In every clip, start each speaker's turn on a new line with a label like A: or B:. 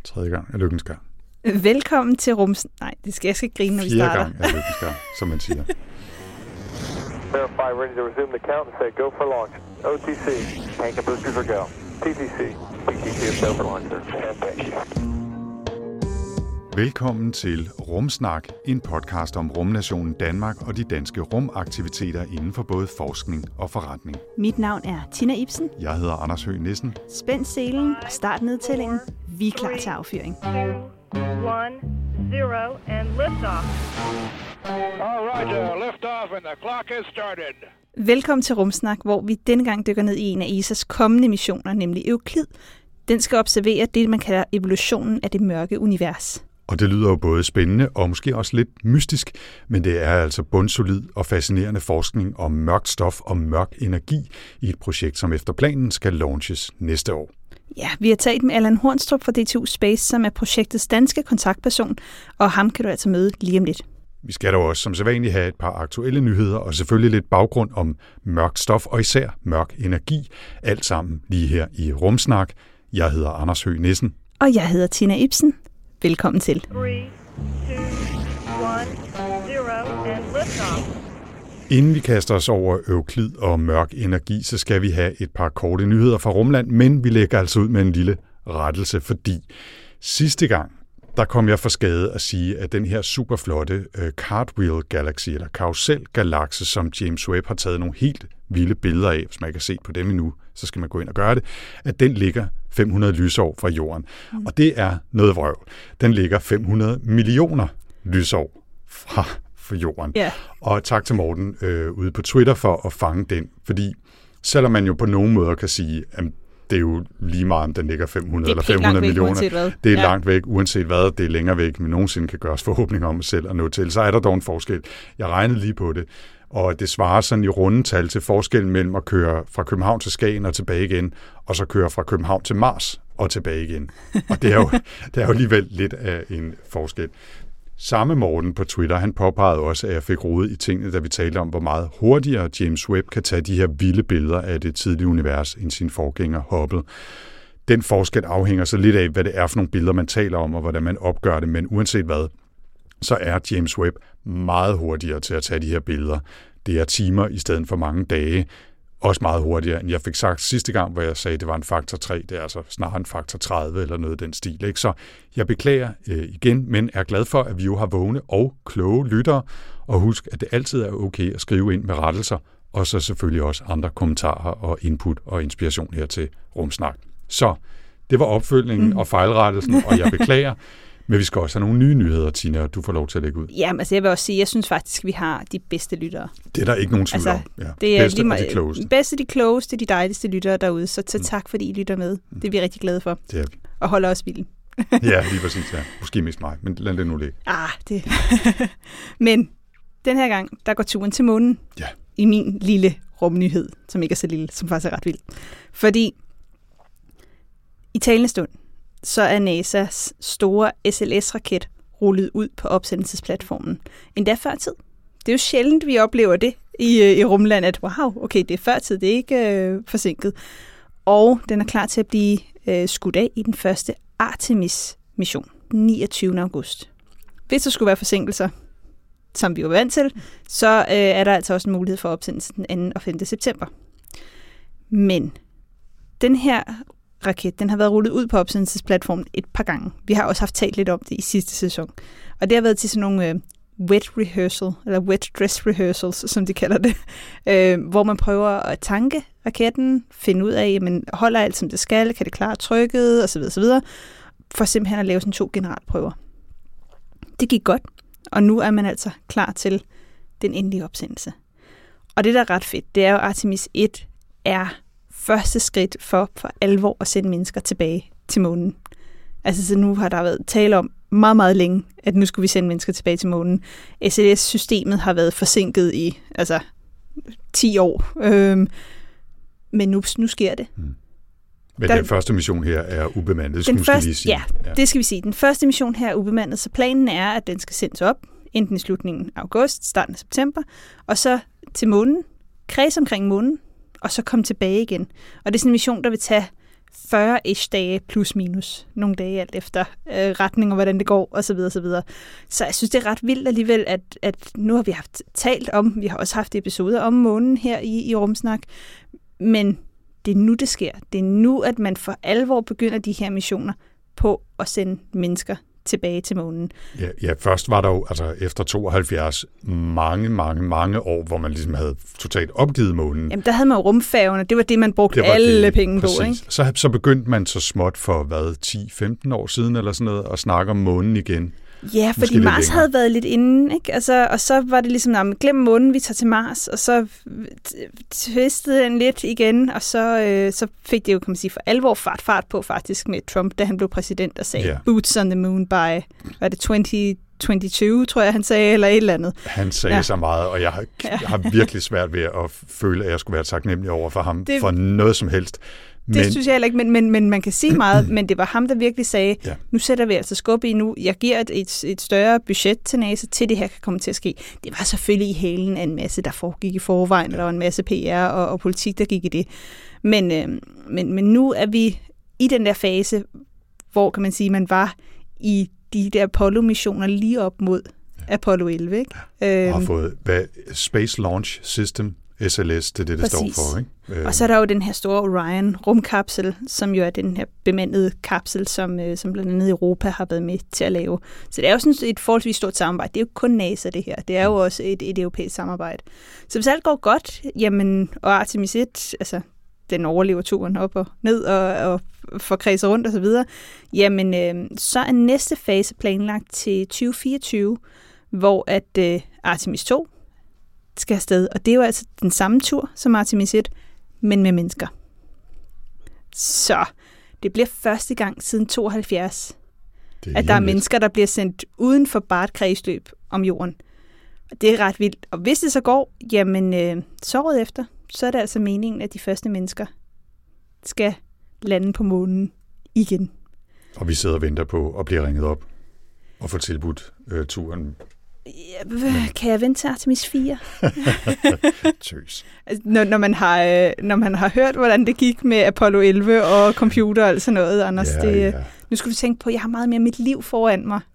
A: Tredje gang er lykkens gang.
B: Velkommen til Nej, jeg skal ikke grine, når vi starter.
A: 4 gang er lykkens gang, som man siger.
C: Verify, ready to resume the count and say go for launch. OTC, tank and boosters are go. TTC, PTC is go for launch, sir. And thank you.
A: Velkommen til Rumsnak, en podcast om rumnationen Danmark og de danske rumaktiviteter inden for både forskning og forretning.
B: Mit navn er Tina Ibsen.
A: Jeg hedder Anders Høgh Nissen.
B: Spænd selen og start nedtællingen. Vi er klar til affyring.
D: 3, 2, 1, 0, and liftoff.
E: All right, liftoff and the clock has started.
B: Velkommen til Rumsnak, hvor vi denne gang dykker ned i en af ESA's kommende missioner, nemlig Euklid. Den skal observere det, man kalder evolutionen af det mørke univers.
A: Og det lyder jo både spændende og måske også lidt mystisk, men det er altså bundsolid og fascinerende forskning om mørkt stof og mørk energi i et projekt, som efter planen skal launches næste år.
B: Ja, vi har talt med Allan Hornstrup fra DTU Space, som er projektets danske kontaktperson, og ham kan du altså møde lige om lidt.
A: Vi skal dog også som sædvanligt have et par aktuelle nyheder og selvfølgelig lidt baggrund om mørkt stof og især mørk energi. Alt sammen lige her i Rumsnak. Jeg hedder Anders Høgh Nissen.
B: Og jeg hedder Tina Ibsen. Velkommen til.
D: 3, 2, 1, 0, and liftoff.
A: Inden vi kaster os over Euklid og mørk energi, så skal vi have et par korte nyheder fra rumland, men vi lægger altså ud med en lille rettelse, fordi sidste gang, der kom jeg for skade at sige, at den her superflotte Cartwheel Galaxy, eller Karusel-galakse, som James Webb har taget nogle helt vilde billeder af, hvis man ikke har set på dem endnu, så skal man gå ind og gøre det, at den ligger 500 lysår fra jorden. Og det er noget vrøvl. Den ligger 500 millioner lysår fra jorden.
B: Yeah.
A: Og tak til Morten ude på Twitter for at fange den, fordi selvom man jo på nogen måder kan sige, at det er jo lige meget, om den ligger 500 eller 500 millioner. Det er langt væk, uanset hvad. Det er længere væk, men nogensinde kan gøres forhåbninger om selv at nå til. Så er der dog en forskel. Jeg regnede lige på det, og det svarer sådan i rundetal til forskellen mellem at køre fra København til Skagen og tilbage igen, og så køre fra København til Mars og tilbage igen. Og det er jo alligevel lidt af en forskel. Samme Morten på Twitter, han påpegede også, at jeg fik rodet i tingene, da vi talte om, hvor meget hurtigere James Webb kan tage de her vilde billeder af det tidlige univers end sin forgænger Hubble. Den forskel afhænger så lidt af, hvad det er for nogle billeder, man taler om, og hvordan man opgør det, men uanset hvad, så er James Webb meget hurtigere til at tage de her billeder. Det er timer i stedet for mange dage, også meget hurtigere, end jeg fik sagt sidste gang, hvor jeg sagde, at det var en faktor 3. Det er altså snarere en faktor 30 eller noget af den stil. Ikke? Så jeg beklager igen, men er glad for, at vi jo har vågne og kloge lyttere. Og husk, at det altid er okay at skrive ind med rettelser, og så selvfølgelig også andre kommentarer og input og inspiration her til Rumsnak. Så det var opfølgningen og fejlrettelsen, og jeg beklager. Men vi skal også have nogle nye nyheder, Tina, og du får lov til at lægge ud.
B: Jamen, altså jeg vil også sige, jeg synes faktisk, vi har de bedste lyttere.
A: Det er der ikke nogen tvivl om. Ja.
B: Det er
A: bedste og de klogeste.
B: Bedste, de klogeste, de dejligste lyttere derude. Så tak, fordi I lytter med. Det er vi rigtig glade for.
A: Det er vi.
B: Og holder os vilde.
A: Ja, lige præcis. Ja. Måske mest mig, men lad det nu ligge.
B: Det. Men den her gang, der går turen til månen.
A: Ja. I
B: min lille rumnyhed, som ikke er så lille, som faktisk er ret vild. Fordi i talende stund, så er NASA's store SLS-raket rullet ud på opsendelsesplatformen. Endda før tid. Det er jo sjældent, vi oplever det i rumland, at wow, okay, det er før tid, det er ikke forsinket. Og den er klar til at blive skudt af i den første Artemis-mission, den 29. august. Hvis der skulle være forsinkelser, som vi jo er vant til, så er der altså også en mulighed for opsendelse den 2. og 5. september. Men den her raket, den har været rullet ud på opsendelsesplatformen et par gange. Vi har også haft talt lidt om det i sidste sæson. Og det har været til sådan nogle wet rehearsal, eller wet dress rehearsals, som de kalder det, hvor man prøver at tanke raketten, finde ud af, jamen, holder alt som det skal, kan det klare trykket, osv., for simpelthen at lave sådan 2 generalprøver. Det gik godt, og nu er man altså klar til den endelige opsendelse. Og det, der er ret fedt, det er jo, Artemis 1 er første skridt for alvor at sende mennesker tilbage til månen. Altså, så nu har der været tale om meget, meget længe, at nu skulle vi sende mennesker tilbage til månen. SLS-systemet har været forsinket i 10 år. Men nu sker det.
A: Men den første mission her er ubemandet, det skal lige sige.
B: Ja, det skal vi sige. Den første mission her er ubemandet, så planen er, at den skal sendes op, enten i slutningen af august, starten af september, og så til månen, kredse omkring månen, og så komme tilbage igen. Og det er sådan en mission, der vil tage 40-ish dage plus minus. Nogle dage alt efter retning og hvordan det går, osv. osv. Så jeg synes, det er ret vildt alligevel, at nu har vi talt om, vi har også haft episoder om månen her i Rumsnak, men det er nu, det sker. Det er nu, at man for alvor begynder de her missioner på at sende mennesker tilbage til månen.
A: Ja, først var der jo altså efter 72 mange år, hvor man ligesom havde totalt opgivet månen.
B: Jamen, der havde man jo rumfærgen, og det var det, man brugte alle penge på. Ikke?
A: Så begyndte man så småt for, 10-15 år siden eller sådan noget, at snakke om månen igen.
B: Ja, fordi Mars havde været lidt inde, ikke? Altså, og så var det ligesom, glem månen, vi tager til Mars, og så tvistede den lidt igen, og så fik det jo, kan man sige, for alvor fart på faktisk med Trump, da han blev præsident og sagde, boots on the moon by, hvad det 2022, tror jeg, han sagde, eller et eller andet.
A: Han sagde så meget, og jeg har virkelig svært ved at føle, at jeg skulle være taknemmelig over for ham, for noget som helst.
B: Det synes jeg heller ikke, men man kan sige meget, men det var ham, der virkelig sagde, nu sætter vi altså skub i nu, jeg giver et større budget til NASA, til det her kan komme til at ske. Det var selvfølgelig i hælen af en masse, der foregik i forvejen, der var en masse PR og politik, der gik i det. Men nu er vi i den der fase, hvor kan man sige, man var i de der Apollo-missioner lige op mod Apollo 11. Ikke?
A: Og har fået Space Launch System, SLS, det er det, står for. Ikke?
B: Og så er der jo den her store Orion-rumkapsel, som jo er den her bemandede kapsel, som blandt andet Europa har været med til at lave. Så det er jo sådan et forholdsvis stort samarbejde. Det er jo kun NASA, det her. Det er jo også et europæisk samarbejde. Så hvis alt går godt, jamen, og Artemis 1, altså den overlever turen op og ned og får kredser rundt osv., jamen, så er næste fase planlagt til 2024, hvor at Artemis 2 skal afsted. Og det er jo altså den samme tur som Artemis 1, men med mennesker. Så det bliver første gang siden 72, at der er mennesker, der bliver sendt uden for bare et kredsløb om jorden. Og det er ret vildt. Og hvis det så går, jamen så året efter, så er det altså meningen, at de første mennesker skal lande på månen igen.
A: Og vi sidder og venter på at blive ringet op og få tilbudt turen.
B: Kan jeg vente til Artemis 4?
A: Tøs.
B: Når man har hørt, hvordan det gik med Apollo 11 og computer og alt sådan noget, Anders. Nu skal du tænke på, at jeg har meget mere mit liv foran mig.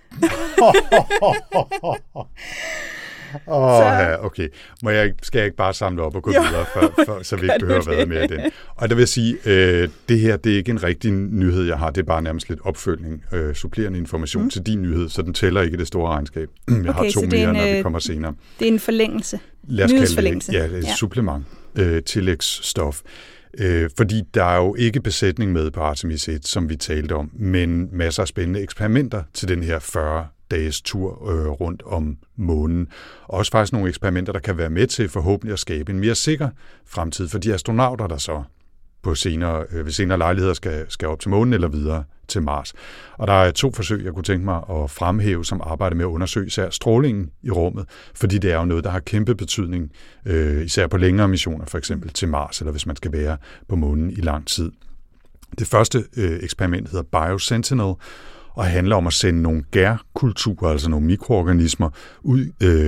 A: Okay. Skal jeg ikke bare samle op og gå videre, så vi ikke behøver at være med i den? Og der vil jeg sige, det her, det er ikke en rigtig nyhed, jeg har. Det er bare nærmest lidt opfølgning, supplerende information til din nyhed, så den tæller ikke det store regnskab. Jeg har 2 mere, når vi kommer senere.
B: Det er en forlængelse.
A: Lad os kalde det, det er et supplement, tillægsstof. Fordi der er jo ikke besætning med på Artemis 1, som vi talte om, men masser af spændende eksperimenter til den her 40 dages tur rundt om månen. Og også faktisk nogle eksperimenter, der kan være med til forhåbentlig at skabe en mere sikker fremtid for de astronauter, der så på ved senere lejligheder skal op til månen eller videre til Mars. Og der er 2 forsøg, jeg kunne tænke mig at fremhæve, som arbejder med at undersøge især strålingen i rummet, fordi det er jo noget, der har kæmpe betydning, især på længere missioner, for eksempel til Mars, eller hvis man skal være på månen i lang tid. Det første eksperiment hedder BioSentinel, og handler om at sende nogle gærkulturer, altså nogle mikroorganismer, ud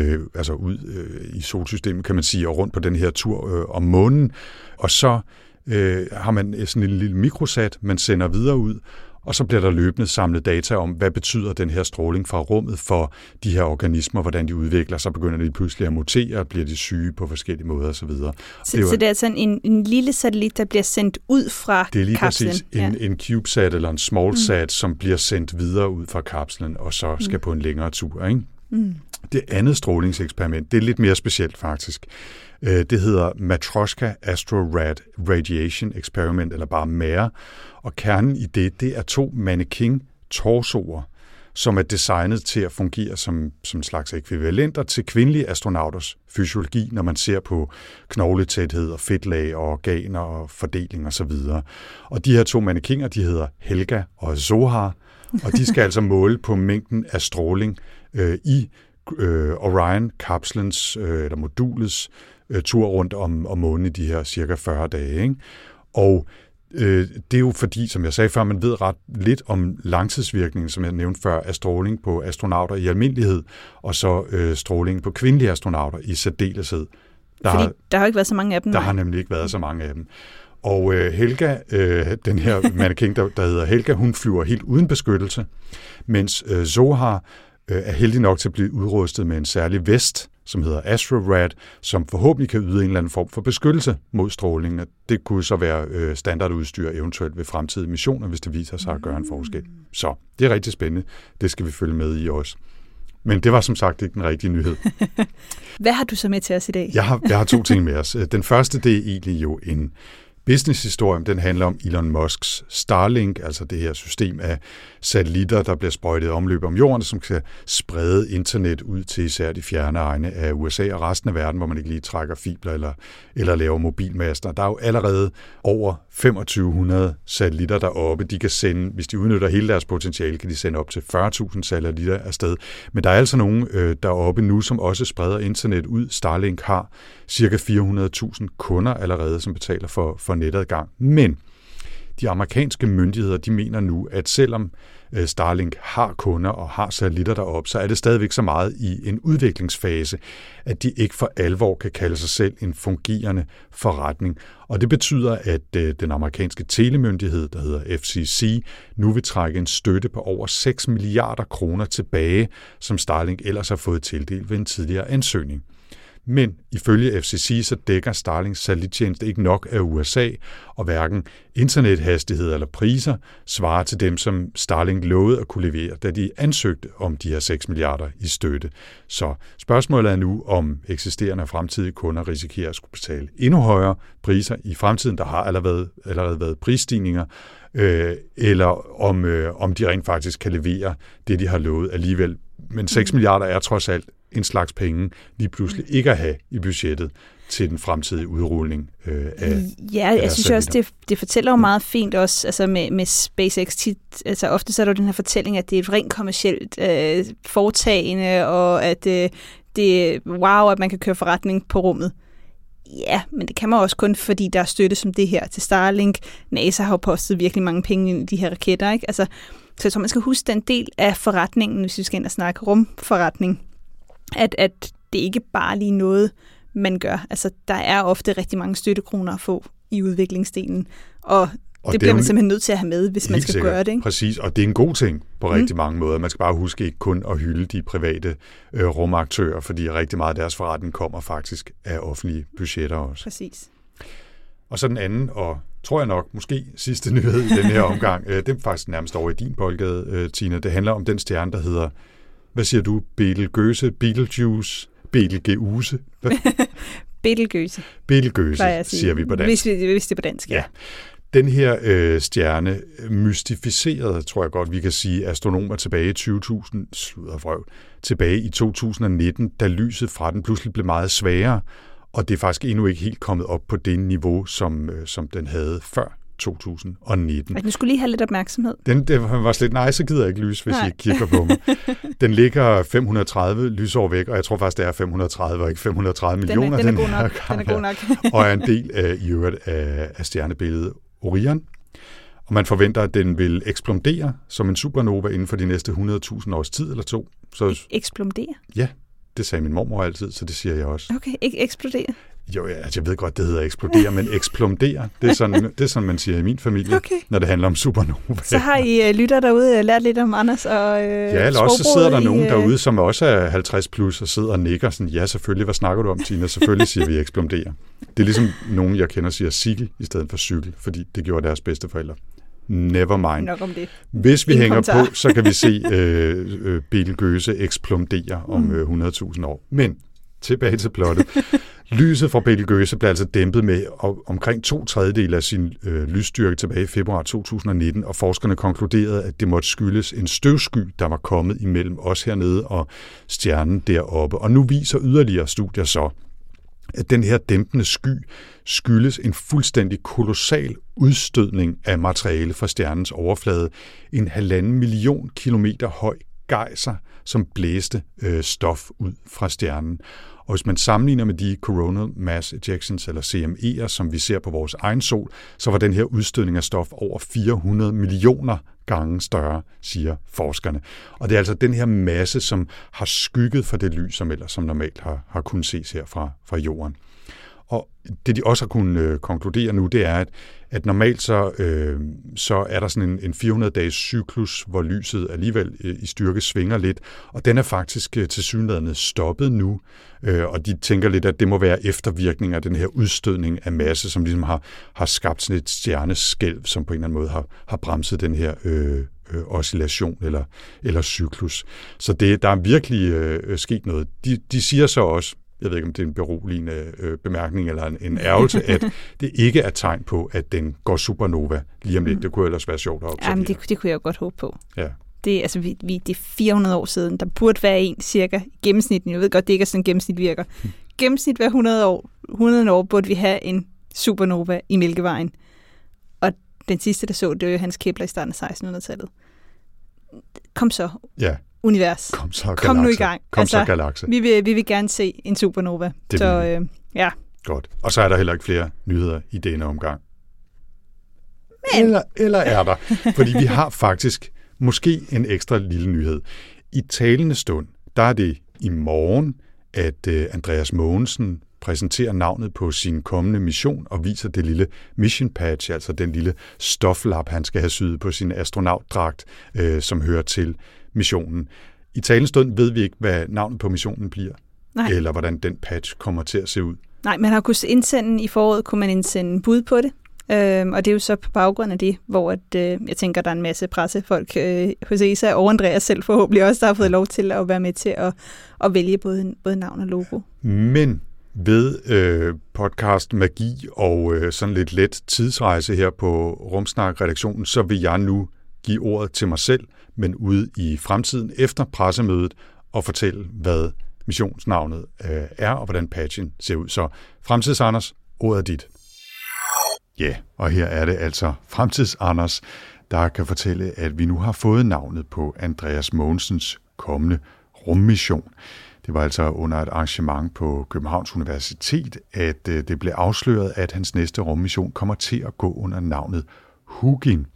A: i solsystemet, kan man sige, og rundt på den her tur om månen. Og så har man sådan en lille mikrosat, man sender videre ud, og så bliver der løbende samlet data om, hvad betyder den her stråling fra rummet for de her organismer, hvordan de udvikler sig, begynder de pludselig at mutere, bliver de syge på forskellige måder osv.
B: Så det er altså en lille satellit, der bliver sendt ud fra kapslen?
A: Det er lige præcis en CubeSat eller en SmallSat, som bliver sendt videre ud fra kapslen, og så skal på en længere tur. Ikke? Det andet strålingseksperiment, det er lidt mere specielt faktisk. Det hedder Matroska Astro-Rad Radiation Experiment, eller bare MARE. Og kernen i det er 2 mannequin-torsoer, som er designet til at fungere som en slags ekvivalenter til kvindelige astronauters fysiologi, når man ser på knogletæthed og fedtlag og organer og fordeling osv. Og de her 2 mannequiner, de hedder Helga og Zohar, og de skal altså måle på mængden af stråling i Orion-kapslens eller modulets tur rundt om månen i de her cirka 40 dage. Ikke? Og det er jo fordi, som jeg sagde før, man ved ret lidt om langtidsvirkningen, som jeg nævnte før, af stråling på astronauter i almindelighed, og så stråling på kvindelige astronauter i særdeleshed.
B: Fordi der har ikke været så mange af dem.
A: Der har nemlig ikke været så mange af dem. Og Helga, den her mannequin, der hedder Helga, hun flyver helt uden beskyttelse, mens Zohar er heldig nok til at blive udrustet med en særlig vest, som hedder AstroRad, som forhåbentlig kan yde en eller anden form for beskyttelse mod strålingen. Det kunne så være standardudstyr eventuelt ved fremtidige missioner, hvis det viser sig at gøre en forskel. Så det er rigtig spændende. Det skal vi følge med i også. Men det var som sagt ikke den rigtige nyhed.
B: Hvad har du så med til os i dag?
A: Jeg har 2 ting med os. Den første, det er egentlig jo en business-historie. Den handler om Elon Musks Starlink, altså det her system af satellitter, der bliver sprøjtet omløb om jorden, som kan sprede internet ud til især de fjerne egne af USA og resten af verden, hvor man ikke lige trækker fibler eller laver mobilmaster. Der er jo allerede over 2500 satellitter deroppe. De kan sende, hvis de udnytter hele deres potentiale, kan de sende op til 40.000 satellitter afsted. Men der er altså nogen deroppe nu, som også spreder internet ud. Starlink har cirka 400.000 kunder allerede, som betaler for netadgang. Men de amerikanske myndigheder, de mener nu, at selvom Starlink har kunder og har satellitter deroppe, så er det stadigvæk så meget i en udviklingsfase, at de ikke for alvor kan kalde sig selv en fungerende forretning. Og det betyder, at den amerikanske telemyndighed, der hedder FCC, nu vil trække en støtte på over 6 milliarder kroner tilbage, som Starlink ellers har fået tildelt ved en tidligere ansøgning. Men ifølge FCC så dækker Starlinks satellittjeneste ikke nok af USA, og hverken internethastighed eller priser svarer til dem, som Starlink lovede at kunne levere, da de ansøgte om de her 6 milliarder i støtte. Så spørgsmålet er nu, om eksisterende og fremtidige kunder risikerer at skulle betale endnu højere priser i fremtiden. Der har allerede været prisstigninger, eller om de rent faktisk kan levere det, de har lovet alligevel. Men 6 milliarder er trods alt en slags penge lige pludselig ikke at have i budgettet til den fremtidige udrulning af. Ja,
B: jeg synes også, det fortæller jo meget fint også, altså med SpaceX tit, altså ofte så er der jo den her fortælling, at det er et rent kommercielt foretagende, og at det wow, at man kan køre forretning på rummet. Ja, men det kan man også kun, fordi der er støtte som det her til Starlink. NASA har jo postet virkelig mange penge ind i de her raketter, ikke? Altså, så jeg tror, man skal huske den del af forretningen, hvis vi skal ind og snakke rumforretning, at det ikke bare lige noget, man gør. Altså, der er ofte rigtig mange støttekroner at få i udviklingsdelen, og det bliver man simpelthen nødt til at have med, hvis man skal gøre det. Ikke?
A: Præcis, og det er en god ting på rigtig mange måder. Man skal bare huske ikke kun at hylde de private rumaktører, fordi rigtig meget af deres forretning kommer faktisk af offentlige budgetter også.
B: Præcis.
A: Og så den anden, og tror jeg nok, måske sidste nyhed i den her omgang, det er faktisk nærmest over i din boldgade, Tina. Det handler om den stjerne, der hedder, hvad siger du, Betelgeuse, Betelgeuse, siger vi på dansk.
B: Hvis det er på dansk,
A: ja. Den her stjerne mystificerede, tror jeg godt, vi kan sige, astronomer tilbage i 2019, da lyset fra den pludselig blev meget svagere, og det er faktisk endnu ikke helt kommet op på det niveau, som den havde før 2019.
B: Den skulle lige have lidt opmærksomhed.
A: Det var slet, nej, så gider jeg ikke lys, hvis I ikke kigger på mig. Den ligger 530 lysår væk, og jeg tror faktisk, det er 530 og ikke 530 millioner.
B: Den er god nok.
A: Og er en del af stjernebilledet Orion. Og man forventer, at den vil eksplodere som en supernova inden for de næste 100.000 års tid eller to. Så
B: eksplodere?
A: Ja, det sagde min mormor altid, så det siger jeg også.
B: Okay, ikke eksplodere?
A: Jo, altså jeg ved godt, det hedder eksplodere, men eksplodere, det er sådan, man siger i min familie, okay. Når det handler om supernova.
B: Så har I lytter derude lært lidt om Anders og
A: ja, eller også så sidder der nogen derude, som også er 50 plus og sidder og nikker sådan, ja selvfølgelig, hvad snakker du om, Tina? Selvfølgelig siger vi eksplodere. Det er ligesom nogen, jeg kender, siger cykel i stedet for cykel, fordi det gjorde deres bedsteforældre. Never mind.
B: Nok om det.
A: Hvis vi hænger på, så kan vi se Betelgeuse eksplodere om 100.000 år. Men tilbage til plottet. Lyset fra Betelgeuse blev altså dæmpet med omkring 2/3 af sin lysstyrke tilbage i februar 2019, og forskerne konkluderede, at det måtte skyldes en støvsky, der var kommet imellem os hernede og stjernen deroppe. Og nu viser yderligere studier så, at den her dæmpende sky skyldes en fuldstændig kolossal udstødning af materiale fra stjernens overflade. En 1,5 million kilometer høj gejser, som blæste stof ud fra stjernen. Og hvis man sammenligner med de coronal mass ejections, eller CME'er, som vi ser på vores egen sol, så var den her udstødning af stof over 400 millioner gange større, siger forskerne. Og det er altså den her masse, som har skygget for det lys, som ellers som normalt har kunnet ses her fra jorden. Og det de også har kunnet konkludere nu, det er, at normalt så er der sådan en 400-dages cyklus, hvor lyset alligevel i styrke svinger lidt, og den er faktisk tilsyneladende stoppet nu, og de tænker lidt, at det må være eftervirkninger af den her udstødning af masse, som ligesom har skabt sådan et stjerneskælv, som på en eller anden måde har bremset den her oscillation eller cyklus. Så der er virkelig sket noget. De siger så også, jeg ved ikke, om det er en beroligende bemærkning eller en ærgelse, at det ikke er tegn på, at den går supernova lige om lidt. Det kunne ellers være sjovt at observere.
B: Jamen, det kunne jeg godt håbe på.
A: Ja.
B: Det er 400 år siden. Der burde være en cirka gennemsnit. Jeg ved godt, det ikke er sådan, gennemsnit virker. Gennemsnit hver 100 år burde vi have en supernova i Mælkevejen. Og den sidste, der så, det var Johannes Kepler i starten af 1600-tallet. Kom så. Ja. Univers. Kom nu i gang.
A: Kom så, galakse.
B: Vi vil gerne se en supernova. Ja.
A: Godt. Og så er der heller ikke flere nyheder i denne omgang. Eller er der? Fordi vi har faktisk måske en ekstra lille nyhed. I talende stund, der er det i morgen, at Andreas Mogensen præsenterer navnet på sin kommende mission og viser det lille mission patch, altså den lille stoflap, han skal have syet på sin astronautdragt, som hører til missionen. I talende stund ved vi ikke, hvad navnet på missionen bliver, eller hvordan den patch kommer til at se ud. Nej,
B: man har kunnet indsende i foråret, kunne man indsende bud på det, og det er jo så på baggrund af det, hvor jeg tænker, der er en masse pressefolk hos ESA og Andreas selv forhåbentlig også, der har fået lov til at være med til at vælge både navn og logo.
A: Men ved podcast magi og sådan lidt let tidsrejse her på Rumsnak-redaktionen, så vil jeg nu give ordet til mig selv, men ude i fremtiden efter pressemødet og fortælle, hvad missionsnavnet er og hvordan patchen ser ud. Så Fremtids-Anders, ordet er dit. Ja, og her er det altså Fremtids-Anders, der kan fortælle, at vi nu har fået navnet på Andreas Mogensens kommende rummission. Det var altså under et arrangement på Københavns Universitet, at det blev afsløret, at hans næste rummission kommer til at gå under navnet Hugin.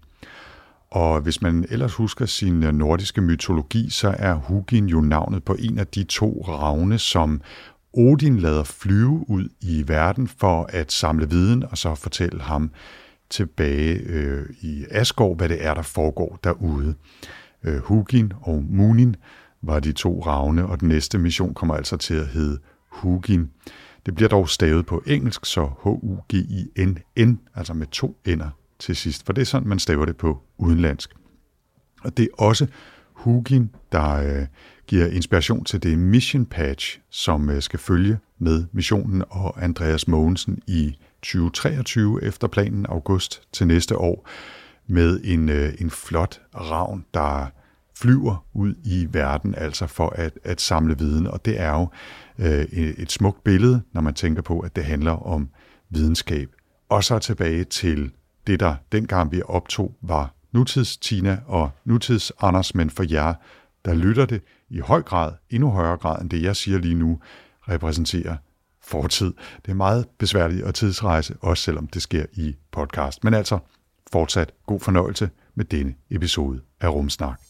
A: Og hvis man ellers husker sin nordiske mytologi, så er Hugin jo navnet på en af de 2 ravne, som Odin lader flyve ud i verden for at samle viden og så fortælle ham tilbage i Asgård, hvad det er, der foregår derude. Hugin og Munin var de 2 ravne, og den næste mission kommer altså til at hedde Hugin. Det bliver dog stavet på engelsk, så H-U-G-I-N-N, altså med 2 n'er til sidst, for det er sådan, man staver det på udenlandsk. Og det er også Hugin, der giver inspiration til det mission patch, som skal følge med missionen og Andreas Mogensen i 2023 efter planen august til næste år, med en flot ravn, der flyver ud i verden, altså for at samle viden. Og det er jo et smukt billede, når man tænker på, at det handler om videnskab. Og så tilbage til det, der dengang vi optog, var nutids Tina og nutids Anders, men for jer, der lytter det i høj grad, endnu højere grad end det, jeg siger lige nu, repræsenterer fortid. Det er meget besværligt at tidsrejse, også selvom det sker i podcast. Men altså, fortsat god fornøjelse med denne episode af Rumsnak.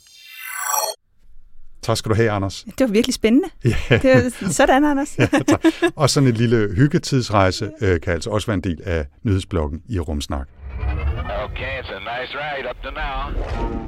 A: Tak skal du have, Anders.
B: Det var virkelig spændende.
A: Ja.
B: Det var sådan, Anders.
A: Ja, tak. Og sådan en lille hyggetidsrejse kan altså også være en del af nyhedsbloggen i Rumsnak.
E: Okay, it's a nice ride up to now.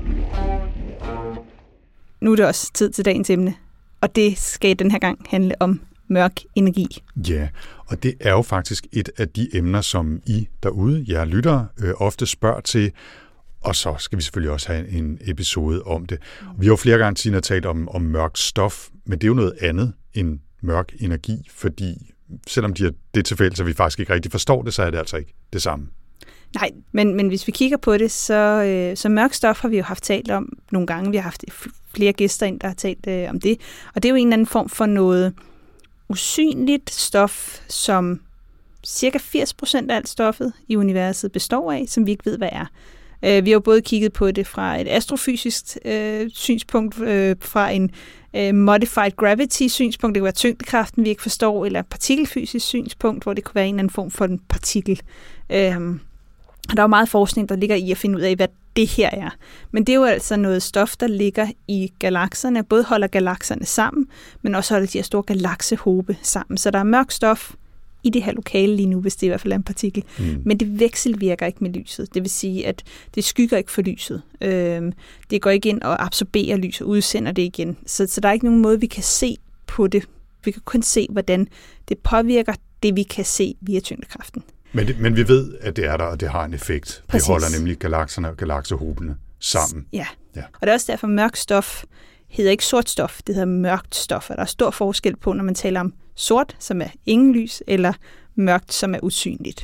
B: Nu er det også tid til dagens emne, og det skal den her gang handle om mørk energi.
A: Ja, og det er jo faktisk et af de emner, som I derude, jer lyttere, ofte spørger til, og så skal vi selvfølgelig også have en episode om det. Vi har jo flere gange tidligere talt om mørk stof, men det er jo noget andet end mørk energi, fordi selvom de er det tilfælde, så vi faktisk ikke rigtig forstår det, så er det altså ikke det samme.
B: Nej, men hvis vi kigger på det, så mørk stof har vi jo haft talt om nogle gange. Vi har haft flere gæster ind, der har talt om det. Og det er jo en eller anden form for noget usynligt stof, som cirka 80% af alt stoffet i universet består af, som vi ikke ved, hvad er. Vi har jo både kigget på det fra et astrofysisk synspunkt, fra en modified gravity synspunkt, det kunne være tyngdekraften, vi ikke forstår, eller partikelfysisk synspunkt, hvor det kunne være en eller anden form for en partikel. Og der er jo meget forskning, der ligger i at finde ud af, hvad det her er. Men det er jo altså noget stof, der ligger i galakserne, både holder galakserne sammen, men også holder de her store galaksehobe sammen. Så der er mørk stof i det her lokale lige nu, hvis det i hvert fald er en partikel. Men det vekselvirker ikke med lyset. Det vil sige, at det skygger ikke for lyset. Det går ikke ind og absorberer lys og udsender det igen. Så der er ikke nogen måde, vi kan se på det. Vi kan kun se, hvordan det påvirker det, vi kan se via tyngdekraften.
A: Men vi ved, at det er der, og det har en effekt.
B: Præcis.
A: Det holder nemlig galakserne og galakserhobene sammen.
B: Ja, og det er også derfor, mørkt stof hedder ikke sort stof, det hedder mørkt stof. Og der er stor forskel på, når man taler om sort, som er ingen lys, eller mørkt, som er usynligt.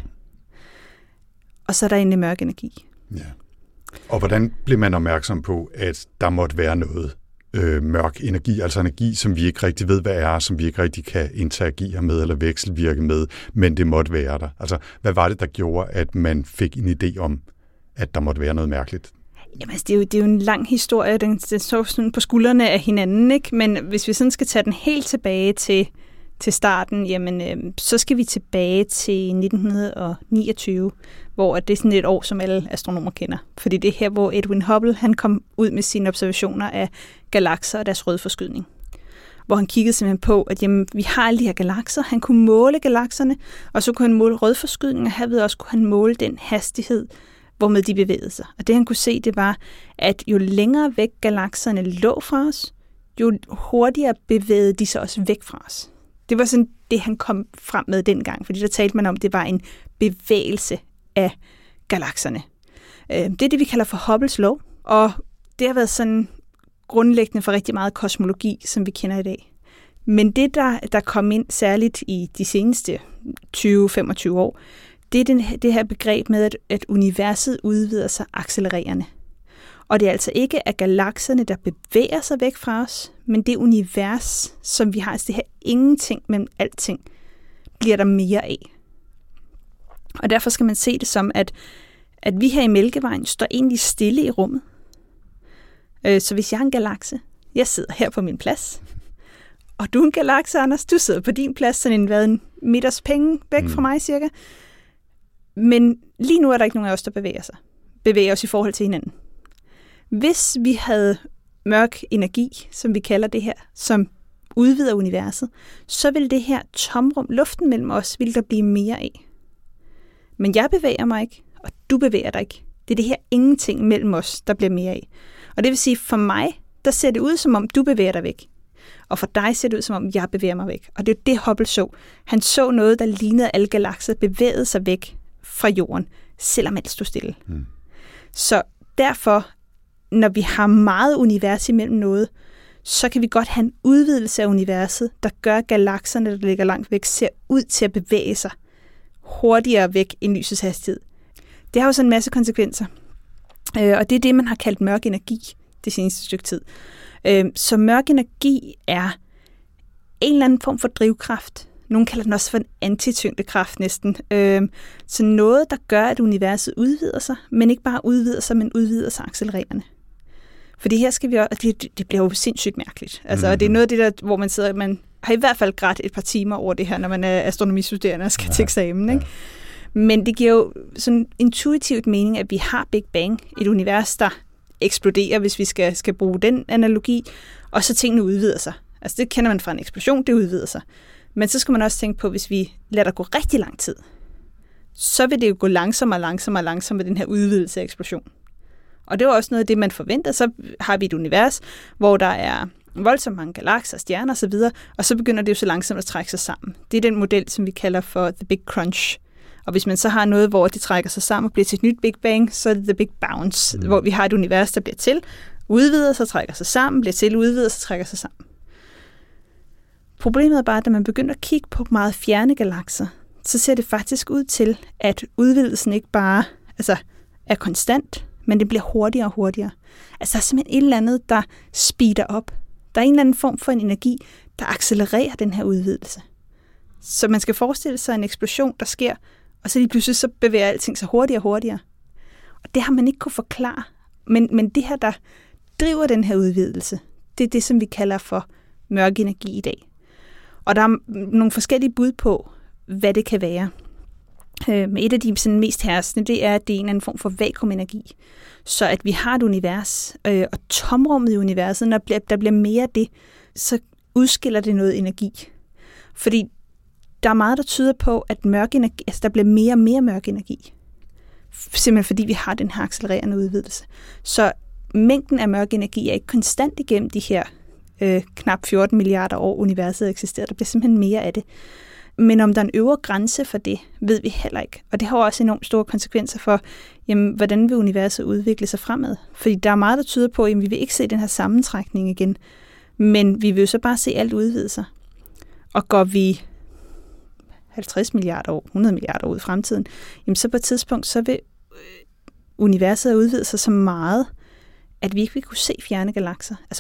B: Og så er der egentlig mørk energi.
A: Ja. Og hvordan bliver man opmærksom på, at der måtte være noget mørk energi, altså energi, som vi ikke rigtig ved, hvad er, som vi ikke rigtig kan interagere med eller vekselvirke med, men det måtte være der. Altså, hvad var det, der gjorde, at man fik en idé om, at der måtte være noget mærkeligt?
B: Jamen, altså, det er jo en lang historie, den står sådan på skuldrene af hinanden, ikke? Men hvis vi sådan skal tage den helt tilbage til starten, jamen, så skal vi tilbage til 1929, hvor det er sådan et år, som alle astronomer kender. Fordi det er her, hvor Edwin Hubble han kom ud med sine observationer af galakser og deres rødforskydning. Hvor han kiggede simpelthen på, at jamen, vi har alle de her galakser. Han kunne måle galakserne, og så kunne han måle rødforskydning, og herved også kunne han måle den hastighed, hvormed de bevægede sig. Og det han kunne se, det var, at jo længere væk galakserne lå fra os, jo hurtigere bevægede de sig også væk fra os. Det var sådan det, han kom frem med dengang, fordi der talte man om, det var en bevægelse af galakserne. Det er det, vi kalder for Hubbles lov, og det har været sådan grundlæggende for rigtig meget kosmologi, som vi kender i dag. Men det, der kom ind særligt i de seneste 20-25 år, det er det her begreb med, at universet udvider sig accelererende. Og det er altså ikke af galakserne, der bevæger sig væk fra os, men det univers, som vi har, altså det her ingenting mellem alting, bliver der mere af. Og derfor skal man se det som, at vi her i Mælkevejen står egentlig stille i rummet. Så hvis jeg er en galakse, jeg sidder her på min plads, og du er en galakse, Anders, du sidder på din plads, sådan en meters penge væk fra mig cirka. Men lige nu er der ikke nogen af os, der bevæger os i forhold til hinanden. Hvis vi havde mørk energi, som vi kalder det her, som udvider universet, så vil det her tomrum, luften mellem os, vil der blive mere af. Men jeg bevæger mig ikke, og du bevæger dig ikke. Det er det her ingenting mellem os, der bliver mere af. Og det vil sige, for mig, der ser det ud, som om du bevæger dig væk. Og for dig ser det ud, som om jeg bevæger mig væk. Og det er det, Hubble så. Han så noget, der lignede, at alle galakser bevægede sig væk fra jorden, selvom alt stod stille. Så derfor, når vi har meget univers imellem noget, så kan vi godt have en udvidelse af universet, der gør galakserne, der ligger langt væk, ser ud til at bevæge sig hurtigere væk end lysets hastighed. Det har jo sådan en masse konsekvenser. Og det er det, man har kaldt mørk energi det seneste stykke tid. Så mørk energi er en eller anden form for drivkraft. Nogle kalder den også for en antityngdekraft næsten. Så noget, der gør, at universet udvider sig, men ikke bare udvider sig, men udvider sig accelererende. Fordi her skal vi også, det bliver jo sindssygt mærkeligt. Altså, og det er noget af det der, hvor man sidder, man har i hvert fald grædt et par timer over det her, når man er astronomistuderende og skal til eksamen, ikke? Men det giver jo sådan intuitivt mening, at vi har Big Bang, et univers, der eksploderer, hvis vi skal bruge den analogi, og så tingene udvider sig. Altså det kender man fra en eksplosion, det udvider sig. Men så skal man også tænke på, hvis vi lader der gå rigtig lang tid, så vil det jo gå langsommere med den her udvidelse af eksplosion. Og det var også noget af det, man forventer. Så har vi et univers, hvor der er voldsomt mange galakser, stjerner osv., og så begynder det jo så langsomt at trække sig sammen. Det er den model, som vi kalder for The Big Crunch. Og hvis man så har noget, hvor det trækker sig sammen og bliver til et nyt Big Bang, så er det The Big Bounce, hvor vi har et univers, der bliver til, udvider sig, trækker sig sammen, bliver til, udvider sig, trækker sig sammen. Problemet er bare, at når man begynder at kigge på meget fjerne galakser, så ser det faktisk ud til, at udvidelsen ikke bare er konstant, men det bliver hurtigere og hurtigere. Altså der er simpelthen et eller andet, der speeder op. Der er en eller anden form for en energi, der accelererer den her udvidelse. Så man skal forestille sig en eksplosion, der sker, og så lige pludselig så bevæger alting sig hurtigere og hurtigere. Og det har man ikke kunne forklare. Men det her, der driver den her udvidelse, det er det, som vi kalder for mørk energi i dag. Og der er nogle forskellige bud på, hvad det kan være. Men et af de sådan mest herskende, det er, at det er en eller anden form for vakuumenergi. Så at vi har et univers, og tomrummet i universet, når der bliver mere af det, så udskiller det noget energi. Fordi der er meget, der tyder på, at mørk energi, altså der bliver mere og mere mørk energi. Simpelthen fordi vi har den her accelererende udvidelse. Så mængden af mørk energi er ikke konstant igennem de her knap 14 milliarder år, universet eksisterer. Der bliver simpelthen mere af det. Men om der er en øvre grænse for det, ved vi heller ikke. Og det har også enormt store konsekvenser for, jamen, hvordan vil universet udvikle sig fremad. Fordi der er meget, der tyder på, at vi vil ikke se den her sammentrækning igen. Men vi vil jo så bare se alt udvide sig. Og går vi 50 milliarder år, 100 milliarder år ud i fremtiden, jamen så på et tidspunkt, så vil universet udvide sig så meget, at vi ikke vil kunne se fjerne galakser. Altså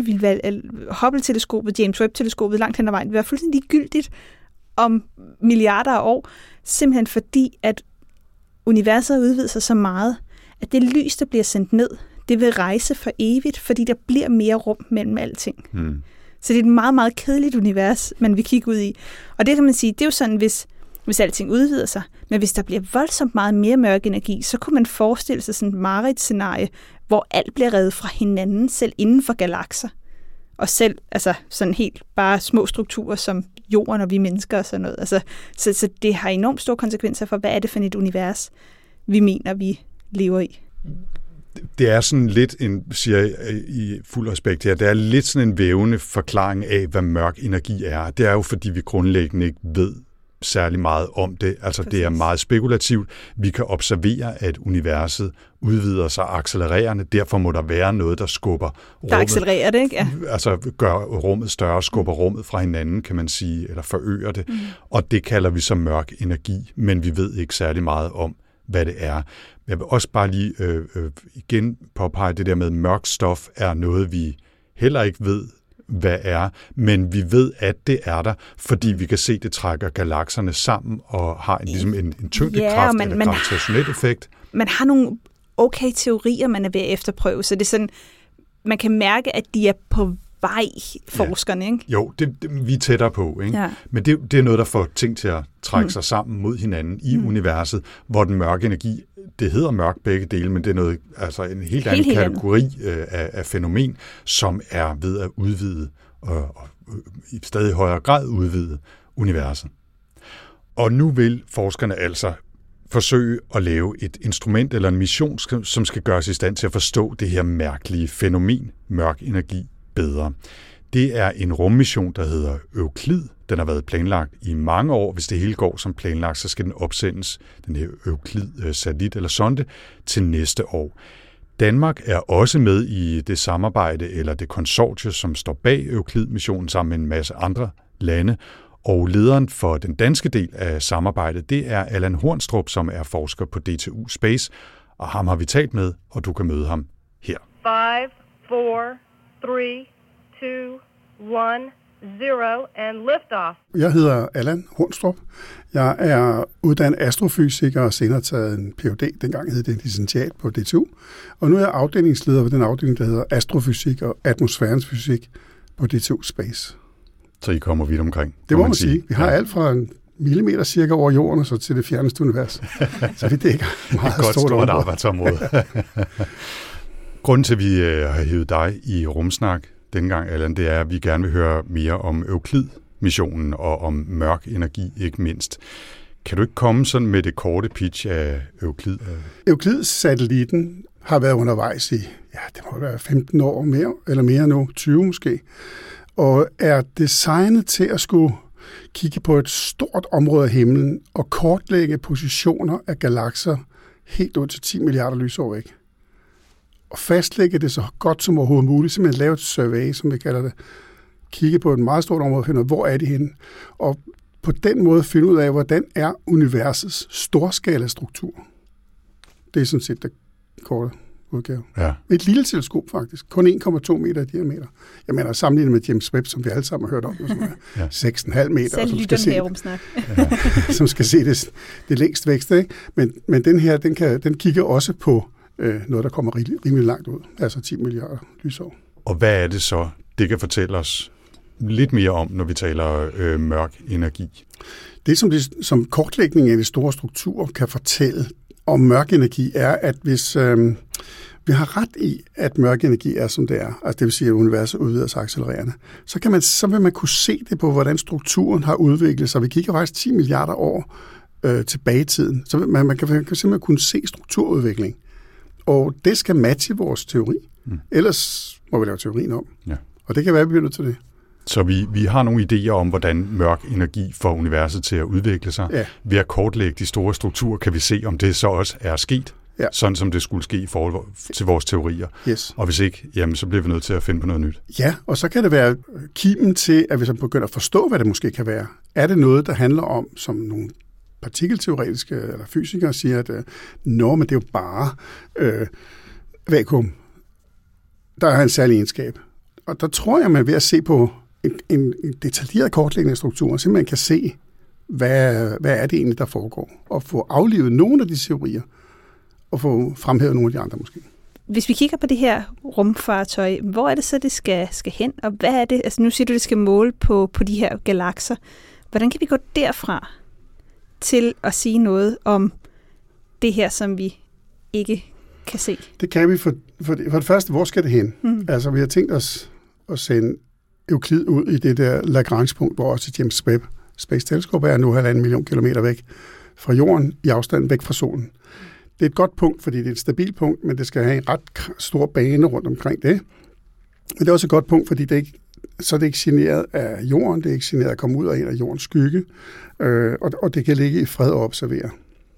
B: Hubble-teleskopet, James Webb-teleskopet langt hen ad vejen, vil være fuldstændig gyldigt om milliarder af år, simpelthen fordi, at universet udvider sig så meget, at det lys, der bliver sendt ned, det vil rejse for evigt, fordi der bliver mere rum mellem alting. Så det er et meget, meget kedeligt univers, man vil kigge ud i. Og det kan man sige, det er jo sådan, hvis alting udvider sig. Men hvis der bliver voldsomt meget mere mørk energi, så kunne man forestille sig sådan et mareridtscenarie, hvor alt bliver revet fra hinanden, selv inden for galakser. Og selv altså sådan helt bare små strukturer som jorden og vi mennesker og sådan noget. Altså, så det har enormt store konsekvenser for, hvad er det for et univers, vi mener, vi lever i.
A: Det er sådan lidt, siger jeg i fuld respekt her, det er lidt sådan en vævende forklaring af, hvad mørk energi er. Det er jo, fordi vi grundlæggende ikke ved særlig meget om det. Altså det er meget spekulativt. Vi kan observere, at universet udvider sig accelererende. Derfor må der være noget, der skubber rummet.
B: Der accelererer det, ikke? Ja.
A: Altså gør rummet større, skubber rummet fra hinanden, kan man sige, eller forøger det. Og det kalder vi så mørk energi, men vi ved ikke særlig meget om, hvad det er. Jeg vil også bare lige igen påpege, det der med mørkt stof er noget, vi heller ikke ved, hvad er, men vi ved, at det er der, fordi vi kan se, det trækker galakserne sammen og har ligesom en tyngdekraft eller gravitationel effekt.
B: Man har nogle okay teorier, man er ved at efterprøve, så det er sådan, man kan mærke, at de er på vej, forskerne, ikke?
A: Jo, vi er tættere på, ikke? Ja. Men det er noget, der får ting til at trække sig sammen mod hinanden i universet, hvor den mørke energi, det hedder mørk begge dele, men det er noget, altså en helt anden kategori af fænomen, som er ved at udvide og i stadig højere grad udvide universet. Og nu vil forskerne altså forsøge at lave et instrument eller en mission, som skal gøre os i stand til at forstå det her mærkelige fænomen, mørk energi, bedre. Det er en rummission, der hedder Euklid. Den har været planlagt i mange år. Hvis det hele går som planlagt, så skal den opsendes, den her Euklid-satellit eller sonde, til næste år. Danmark er også med i det samarbejde, eller det konsortie, som står bag Euklid-missionen sammen med en masse andre lande. Og lederen for den danske del af samarbejdet, det er Allan Hornstrup, som er forsker på DTU Space. Og ham har vi talt med, og du kan møde ham her.
D: 5, 4, 3, 2, 1, 0, and liftoff.
F: Jeg hedder Allan Hornstrup. Jeg er uddannet astrofysiker og senere taget en Ph.D. Dengang hed det licentiat på DTU. Og nu er jeg afdelingsleder ved den afdeling, der hedder Astrofysik og Atmosfærens Fysik på DTU Space.
A: Så I kommer vidt omkring?
F: Det må man sige. Vi har alt fra en millimeter cirka over jorden og så til det fjerneste univers. Så vi dækker meget stort
A: arbejdsområde. Grunden til, at vi har hævet dig i Rumsnak dengang, Allan, det er, at vi gerne vil høre mere om Euklid-missionen og om mørk energi, ikke mindst. Kan du ikke komme sådan med det korte pitch af Euklid?
F: Euklid-satellitten har været undervejs i, det må være 15 år mere, eller mere nu, 20 måske, og er designet til at skulle kigge på et stort område af himlen og kortlægge positioner af galakser helt ud til 10 milliarder lysår væk. Og fastlægge det så godt som overhovedet muligt, simpelthen lave et survey, som vi kalder det, kigge på et meget stort område og finde ud af, hvor er de henne, og på den måde finde ud af, hvordan er universets storskalastruktur. Det er sådan set det korte udgave.
A: Ja.
F: Et lille teleskop faktisk, kun 1,2 meter i diameter. Jeg mener sammenlignet med James Webb, som vi alle sammen har hørt om, som er 6,5 meter.
B: Selv lytter den her rumsnak.
F: Som skal se det længst vækste, ikke? Men den her, den kigger også på noget, der kommer rimelig langt ud, altså 10 milliarder lysår.
A: Og hvad er det så, det kan fortælle os lidt mere om, når vi taler mørk energi?
F: Det, som kortlægning af de store strukturer kan fortælle om mørk energi, er, at vi har ret i, at mørk energi er, som det er, altså det vil sige, at universet udvider sig accelererende, så vil man kunne se det på, hvordan strukturen har udviklet sig. Vi kigger faktisk 10 milliarder år tilbage i tiden, så man kan simpelthen kunne se strukturudvikling. Og det skal matche vores teori. Ellers må vi lave teorien om. Ja. Og det kan være, at vi bliver nødt til det.
A: Så vi har nogle idéer om, hvordan mørk energi får universet til at udvikle sig. Ja. Ved at kortlægge de store strukturer, kan vi se, om det så også er sket, sådan som det skulle ske i forhold til vores teorier. Yes. Og hvis ikke, jamen, så bliver vi nødt til at finde på noget nyt.
F: Ja, og så kan det være kimen til, at vi så begynder at forstå, hvad det måske kan være. Er det noget, der handler om, som nogle partikelteoretiske eller fysikere siger, at men det er jo bare vakuum. Der er en særlig egenskab. Og der tror jeg, man ved at se på en detaljeret kortlægning af strukturen, simpelthen kan se, hvad er det egentlig, der foregår, og få aflivet nogle af de teorier, og få fremhævet nogle af de andre måske.
B: Hvis vi kigger på det her rumfartøj, hvor er det så, det skal hen, og hvad er det? Altså nu siger du, det skal måle på de her galakser. Hvordan kan vi gå derfra til at sige noget om det her, som vi ikke kan se?
F: Det kan vi for det første, hvor skal det hen? Altså vi har tænkt os at sende Euklid ud i det der Lagrange-punkt, hvor også James Webb Space Telescope er nu 1,5 million kilometer væk fra jorden, i afstand væk fra solen. Det er et godt punkt, fordi det er et stabilt punkt, men det skal have en ret stor bane rundt omkring det. Men det er også et godt punkt, fordi det er ikke generet af jorden, det er ikke generet at komme ud af en af jordens skygge, og det kan ligge i fred og observere.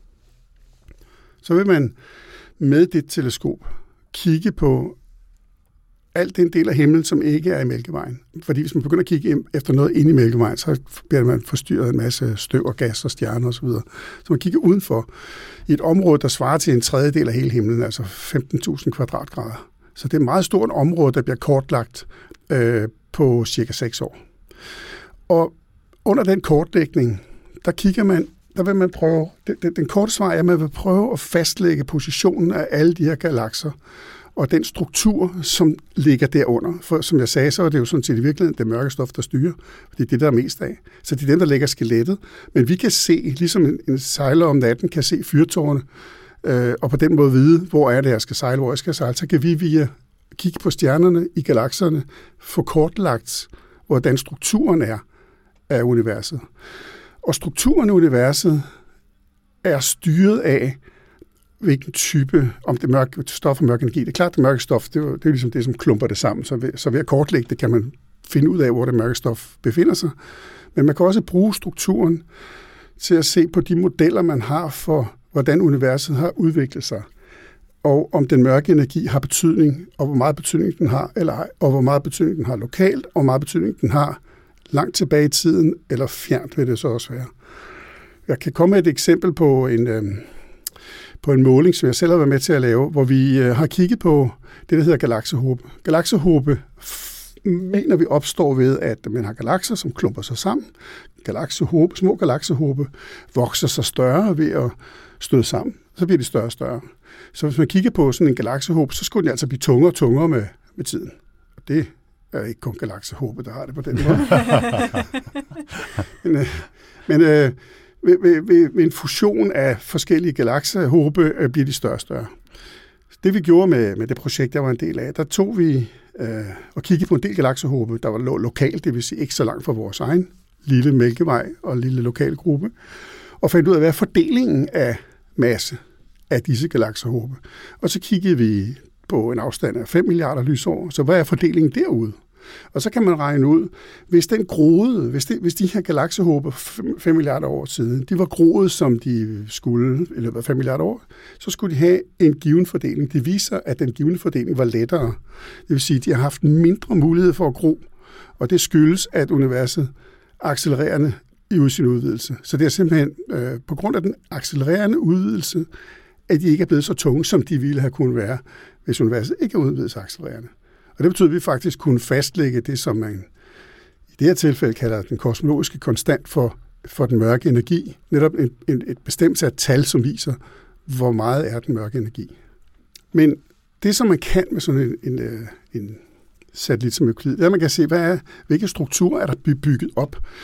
F: Så vil man med det teleskop kigge på alt den del af himlen, som ikke er i Mælkevejen. Fordi hvis man begynder at kigge efter noget inde i Mælkevejen, så bliver man forstyrret en masse støv og gas og stjerner osv. Så man kigger udenfor i et område, der svarer til en tredjedel af hele himlen, altså 15.000 kvadratgrader. Så det er et meget stort område, der bliver kortlagt på cirka 6 år. Og under den kortlægning, der vil man prøve, den korte svar er, at man vil prøve at fastlægge positionen af alle de her galakser, og den struktur, som ligger derunder. For som jeg sagde, så er det jo sådan set i virkeligheden det mørke stof, der styrer. Det er det, der er mest af. Så det er dem, der lægger skelettet. Men vi kan se, ligesom en sejler om natten kan se fyrtårne, og på den måde vide, hvor er det, jeg skal sejle, hvor jeg skal sejle. Så kan vi via kigge på stjernerne i galakserne, få kortlagt, hvordan strukturen er af universet. Og strukturen i universet er styret af, hvilken type, om det mørke stof og mørk energi. Det er klart, det mørke stof, det er ligesom det, som klumper det sammen. Så ved at kortlægge det, kan man finde ud af, hvor det mørke stof befinder sig. Men man kan også bruge strukturen til at se på de modeller, man har for, hvordan universet har udviklet sig. Og om den mørke energi har betydning, og hvor meget betydning den har, og hvor meget betydning den har lokalt, og hvor meget betydning den har langt tilbage i tiden, eller fjernt vil det så også være. Jeg kan komme med et eksempel på en måling, som jeg selv har været med til at lave, hvor vi har kigget på det, der hedder galaksehobe. Galaksehobe mener vi opstår ved, at man har galakser, som klumper sig sammen. Små galaksehobe vokser sig større ved at støde sammen. Så bliver de større og større. Så hvis man kigger på sådan en galaksehobe, så skulle den altså blive tungere og tungere med tiden. Og det er ikke kun galaksehobe, der har det på den måde. men ved en fusion af forskellige galaksehobe bliver de større og større. Det vi gjorde med det projekt, jeg var en del af, der tog vi og kiggede på en del galaksehobe, der var lokalt, det vil sige ikke så langt fra vores egen lille Mælkevej og lille lokale gruppe, og fandt ud af, hvad er fordelingen af masse af disse galaksehobe. Og så kiggede vi på en afstand af 5 milliarder lysår, så hvad er fordelingen derude? Og så kan man regne ud, hvis den groede, hvis de her galaksehobe 5 milliarder år siden, de var groet, som de skulle, i løbet af 5 milliarder år, så skulle de have en given fordeling. Det viser, at den givne fordeling var lettere. Det vil sige, at de har haft mindre mulighed for at gro, og det skyldes, at universet accelererende i sin udvidelse. Så det er simpelthen på grund af den accelererende udvidelse, at de ikke er blevet så tunge, som de ville have kunnet være, hvis universet ikke er udvidet så accelererende. Og det betyder, at vi faktisk kunne fastlægge det, som man i det her tilfælde kalder den kosmologiske konstant for den mørke energi. Netop et bestemt sat tal, som viser, hvor meget er den mørke energi. Men det, som man kan med sådan en satellit som Euklid, det er, at man kan se, hvilke strukturer er der bygget op.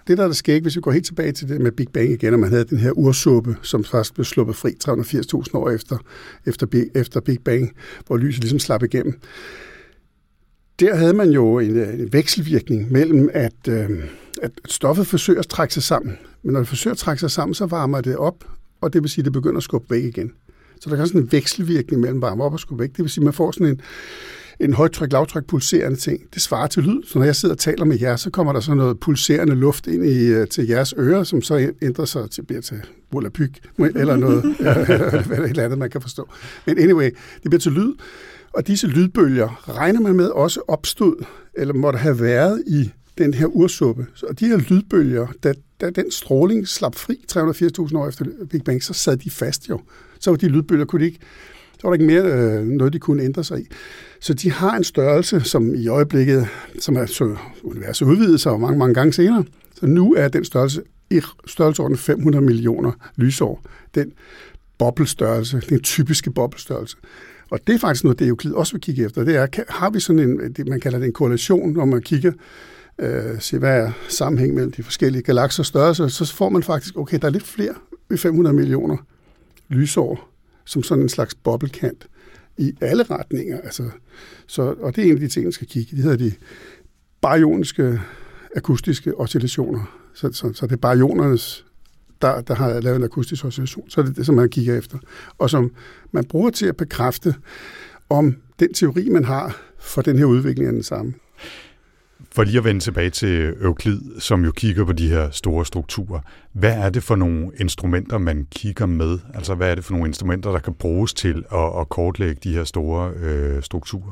F: det, der er det skægt, hvis vi går helt tilbage til det med Big Bang igen, og man havde den her ursuppe, som først blev sluppet fri 380.000 år efter Big Bang, hvor lyset ligesom slap igennem. Der havde man jo en vekselvirkning mellem, at stoffet forsøger at trække sig sammen. Men når det forsøger at trække sig sammen, så varmer det op, og det vil sige, at det begynder at skubbe væk igen. Så der er sådan en vekselvirkning mellem varme op og skubbe væk. Det vil sige, at man får sådan en højtryk, lavtryk, pulserende ting. Det svarer til lyd. Så når jeg sidder og taler med jer, så kommer der sådan noget pulserende luft ind til jeres ører, som så ændrer sig bliver til volapyk, eller noget, eller andet, man kan forstå. Men anyway, det bliver til lyd. Og disse lydbølger regner man med også opstod, eller måtte have været i den her ursuppe. Og de her lydbølger, da den stråling slap fri 380.000 år efter Big Bang, så sad de fast jo. Så var de lydbølger, så var der ikke mere noget, de kunne ændre sig i. Så de har en størrelse, som i øjeblikket, som er så universet udvidet sig mange, mange gange senere. Så nu er den størrelse i størrelsesorden 500 millioner lysår. Den boblestørrelse, den typiske boblestørrelse. Og det er faktisk noget, det Euklid også vil kigge efter. Det er, har vi sådan man kalder det en korrelation, når man kigger, se hvad er sammenhæng mellem de forskellige galakser størrelse, så får man faktisk, okay, der er lidt flere ved 500 millioner lysår, som sådan en slags boblekant i alle retninger. Altså, og det er en af de ting, man skal kigge. Det hedder de baryoniske akustiske oscillationer. Så det er baryonernes, der har lavet en akustisk oscillation. Så er det det, som man kigger efter. Og som man bruger til at bekræfte, om den teori, man har for den her udvikling er den samme.
A: For lige at vende tilbage til Euklid, som jo kigger på de her store strukturer. Hvad er det for nogle instrumenter, man kigger med? Altså, hvad er det for nogle instrumenter, der kan bruges til at kortlægge de her store strukturer?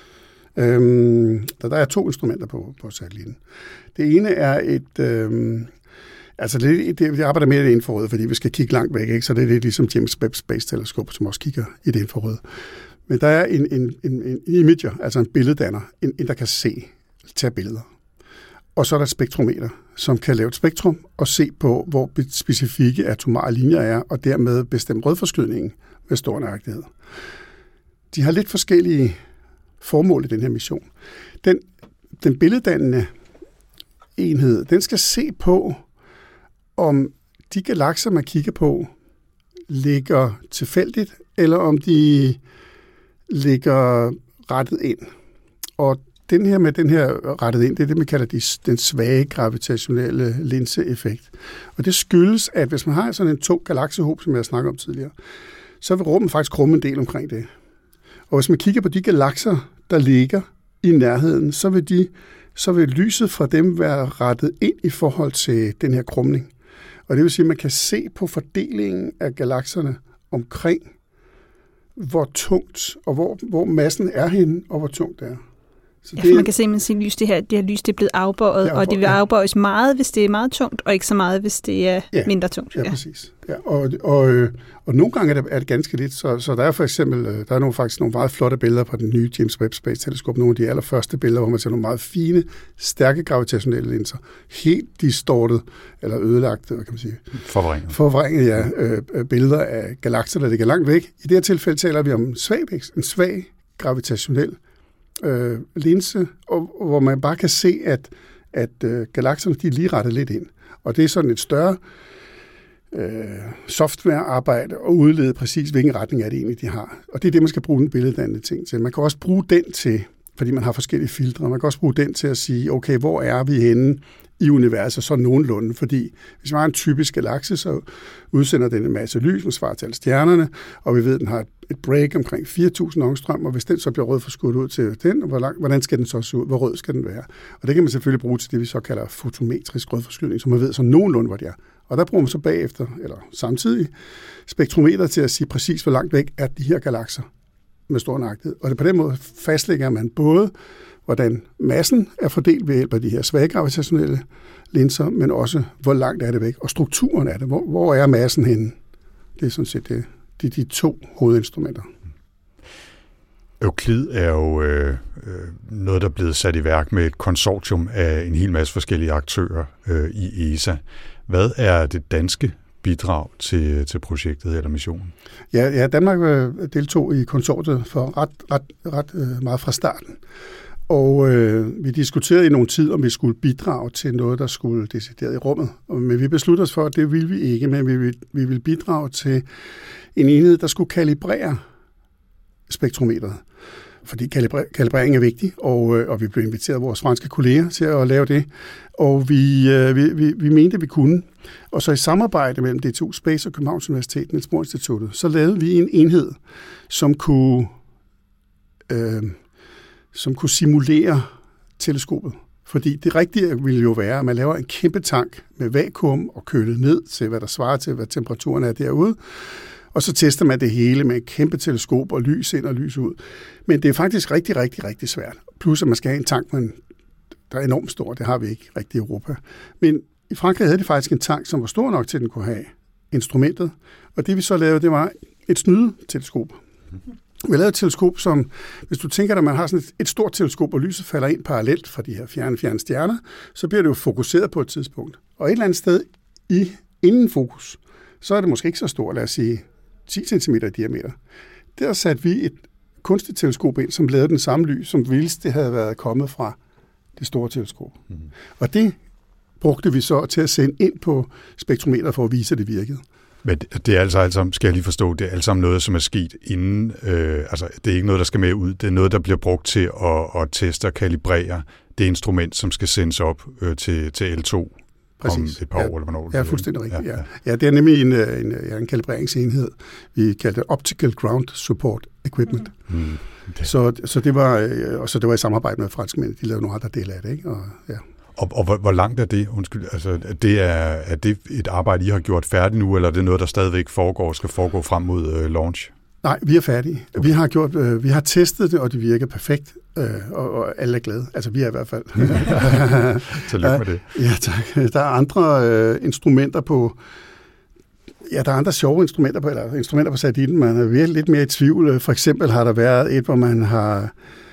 F: Der er 2 instrumenter på satellitten. Det ene er det arbejder mere i det infrarøde, fordi vi skal kigge langt væk, ikke? Så det er lidt ligesom James Webb Space Telescope, som også kigger i det infrarøde. Men der er en imager, altså en billeddanner, en der kan tage billeder. Og så er der et spektrometer, som kan lave et spektrum og se på, hvor specifikke atomare linjer er, og dermed bestemme rødforskydningen med stor nøjagtighed. De har lidt forskellige formål i den her mission. Den billeddannende enhed, den skal se på, om de galakser, man kigger på, ligger tilfældigt, eller om de ligger rettet ind. Og den her rettet ind, det er det, man kalder den svage gravitationelle linseeffekt. Og det skyldes, at hvis man har sådan en tung galaksehob, som jeg snakkede om tidligere, så vil rummet faktisk rumme en del omkring det. Og hvis man kigger på de galakser, der ligger i nærheden, så vil lyset fra dem være rettet ind i forhold til den her krumning. Og det vil sige, at man kan se på fordelingen af galakserne omkring, hvor tungt og hvor massen er henne, og hvor tungt det er. Så
B: ja, man kan se, at det her lys det er blevet afbøjet, og det vil afbøjes meget, hvis det er meget tungt, og ikke så meget, hvis det er mindre tungt.
F: Ja, præcis. Ja, og nogle gange er det ganske lidt, så der er for eksempel faktisk nogle meget flotte billeder på den nye James Webb Space Telescope, nogle af de allerførste billeder, hvor man ser nogle meget fine, stærke gravitationelle linser, helt distortet, eller ødelagt, hvad kan man sige? Forvrænget, ja. Billeder af galakser, der ligger langt væk. I det her tilfælde taler vi om en svag gravitationel linse, og hvor man bare kan se, at galakserne de er lige rettet lidt ind. Og det er sådan et større softwarearbejde at udlede præcis, hvilken retning er det egentlig, de har. Og det er det, man skal bruge den billeddannende ting til. Man kan også bruge den til, fordi man har forskellige filtre, man kan også bruge den til at sige, okay, hvor er vi henne i universet, så nogenlunde. Fordi hvis man har en typisk galakse, så udsender den en masse lys, som svarer til alle stjernerne, og vi ved, at den har et break omkring 4.000 ångstrøm, og hvis den så bliver rød forskudt ud til den, hvordan skal den så se ud? Hvor rød skal den være? Og det kan man selvfølgelig bruge til det, vi så kalder fotometrisk rødforskydning, så man ved så nogenlunde, hvor det er. Og der bruger man så bagefter, eller samtidig, spektrometer til at sige præcis, hvor langt væk er de her galakser med stor nøjagtighed. Og på den måde fastlægger man både, hvordan massen er fordelt ved hjælp af de her svage gravitationelle linser, men også, hvor langt er det væk, og strukturen er det. Hvor er massen henne? Det er sådan set de 2 hovedinstrumenter.
A: Euklid er jo noget, der er blevet sat i værk med et konsortium af en hel masse forskellige aktører i ESA. Hvad er det danske bidrag til projektet eller missionen?
F: Ja, Danmark deltog i konsortiet for ret meget fra starten. Og vi diskuterede i nogle tid, om vi skulle bidrage til noget, der skulle decideret i rummet. Men vi besluttede os for, at det ville vi ikke, men vi ville bidrage til en enhed, der skulle kalibrere spektrometeret. Fordi kalibrering er vigtig, og vi blev inviteret af vores franske kolleger til at lave det. Og vi mente, at vi kunne. Og så i samarbejde mellem DTU Space og Københavns Universitet, Niels Bohr Instituttet, så lavede vi en enhed, som kunne simulere teleskopet. Fordi det rigtige ville jo være, at man laver en kæmpe tank med vakuum og kølet ned til, hvad der svarer til, hvad temperaturen er derude. Og så tester man det hele med et kæmpe teleskop og lys ind og lys ud. Men det er faktisk rigtig, rigtig, rigtig svært. Plus, at man skal have en tank, der er enormt stor. Det har vi ikke rigtig i Europa. Men i Frankrig havde de faktisk en tank, som var stor nok til, at den kunne have instrumentet. Og det vi så lavede, det var et snydeteleskop. Vi lavede et teleskop, som, hvis du tænker, at man har sådan et stort teleskop, og lyset falder ind parallelt fra de her fjerne stjerner, så bliver det jo fokuseret på et tidspunkt. Og et eller andet sted inden fokus, så er det måske ikke så stort, lad os sige 10 cm i diameter. Der satte vi et kunstigt teleskop ind, som lavede den samme lys, som hvis det havde været kommet fra det store teleskop. Og det brugte vi så til at sende ind på spektrometeret for at vise, at det virkede.
A: Men det er altså, skal jeg lige forstå, det er altså noget, som er sket inden, altså det er ikke noget, der skal med ud, det er noget, der bliver brugt til at teste og kalibrere det instrument, som skal sendes op til L2. Præcis. Om et par år, eller hvornår?
F: Ja, fuldstændig rigtigt, ja. Ja, det er nemlig en kalibreringsenhed. Vi kaldte det Optical Ground Support Equipment. Så det var i samarbejde med franskmænd. De lavede nogle andre dele af det, ikke?
A: Og hvor langt er det? Undskyld, altså, er det et arbejde, I har gjort færdigt nu, eller er det noget, der stadigvæk skal foregå frem mod launch?
F: Nej, vi er færdige. Okay. Vi har testet det, og det virker perfekt, og alle er glade. Altså, vi er i hvert fald.
A: Tillykke med det.
F: Ja, tak. Der er andre instrumenter på... Ja, der er andre sjove instrumenter på satellitten. Man er virkelig lidt mere i tvivl. For eksempel har der været et, hvor man har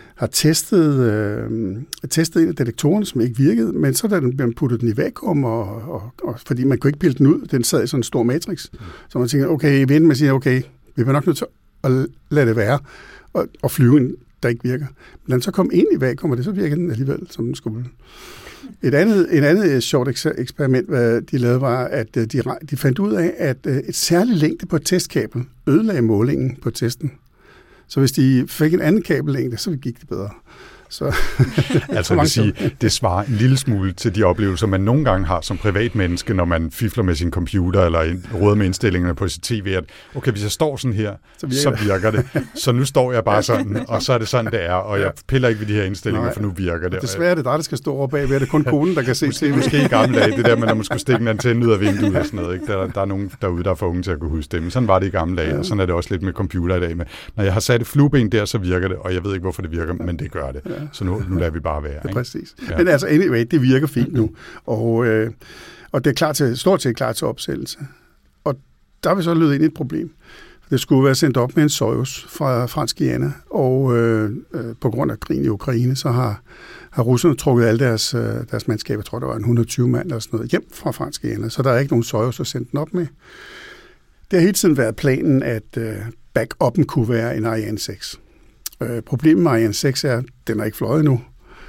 F: testet en af detektorerne, som ikke virkede, men så da man puttede den i vakuum, og fordi man kunne ikke pille den ud, den sad i sådan en stor matrix. Så man tænker, okay, man siger, okay, vi er nok nødt til at lade det være, og flyve en, der ikke virker. Men den så kom ind i vakuum, og det så virkede den alligevel, som den skulle. Et andet sjovt eksperiment, hvad de lavede, var, at de fandt ud af, at et særligt længde på et testkabel ødelagde målingen på testen. Så hvis de fik en anden kabellængde, så gik det bedre. Så,
A: altså det vil sige, det svarer en lille smule til de oplevelser, man nogle gange har som privatmenneske, når man fifler med sin computer eller råder med indstillingerne på sit tv, at okay, hvis jeg står sådan her, så virker det. Så nu står jeg bare sådan, og så er det sådan, det er, og jeg piller ikke ved de her indstillinger, for nu virker det.
F: Desværre er det dig, der skal stå over bagved, er det kun konen, der kan se det.
A: Måske i gamle dage, det der med, at man skulle stikke en antenne ud af vinduet og sådan noget. Ikke? Der er nogen derude, der er for unge til at kunne huske det. Men sådan var det i gamle dage, og sådan er det også lidt med computer i dag. Men når jeg har sat et flueben der, så virker det, og jeg ved ikke, hvorfor det virker, men det gør det. Så nu lader vi bare være. Ikke?
F: Præcis. Ja. Men altså, anyway, det virker fint nu. Og det er stort set klar til opsættelse. Og der vil så løbet ind i et problem. Det skulle være sendt op med en Soyuz fra fransk Guyana, og på grund af krigen i Ukraine, så har russerne trukket alle deres mandskab, jeg tror, der var en 120 mand eller sådan noget, hjem fra fransk Guyana, så der er ikke nogen Soyuz at sende den op med. Det har hele tiden været planen, at backuppen kunne være en Ariane 6. Problemet med Ariane 6 er, at den er ikke fløjet endnu.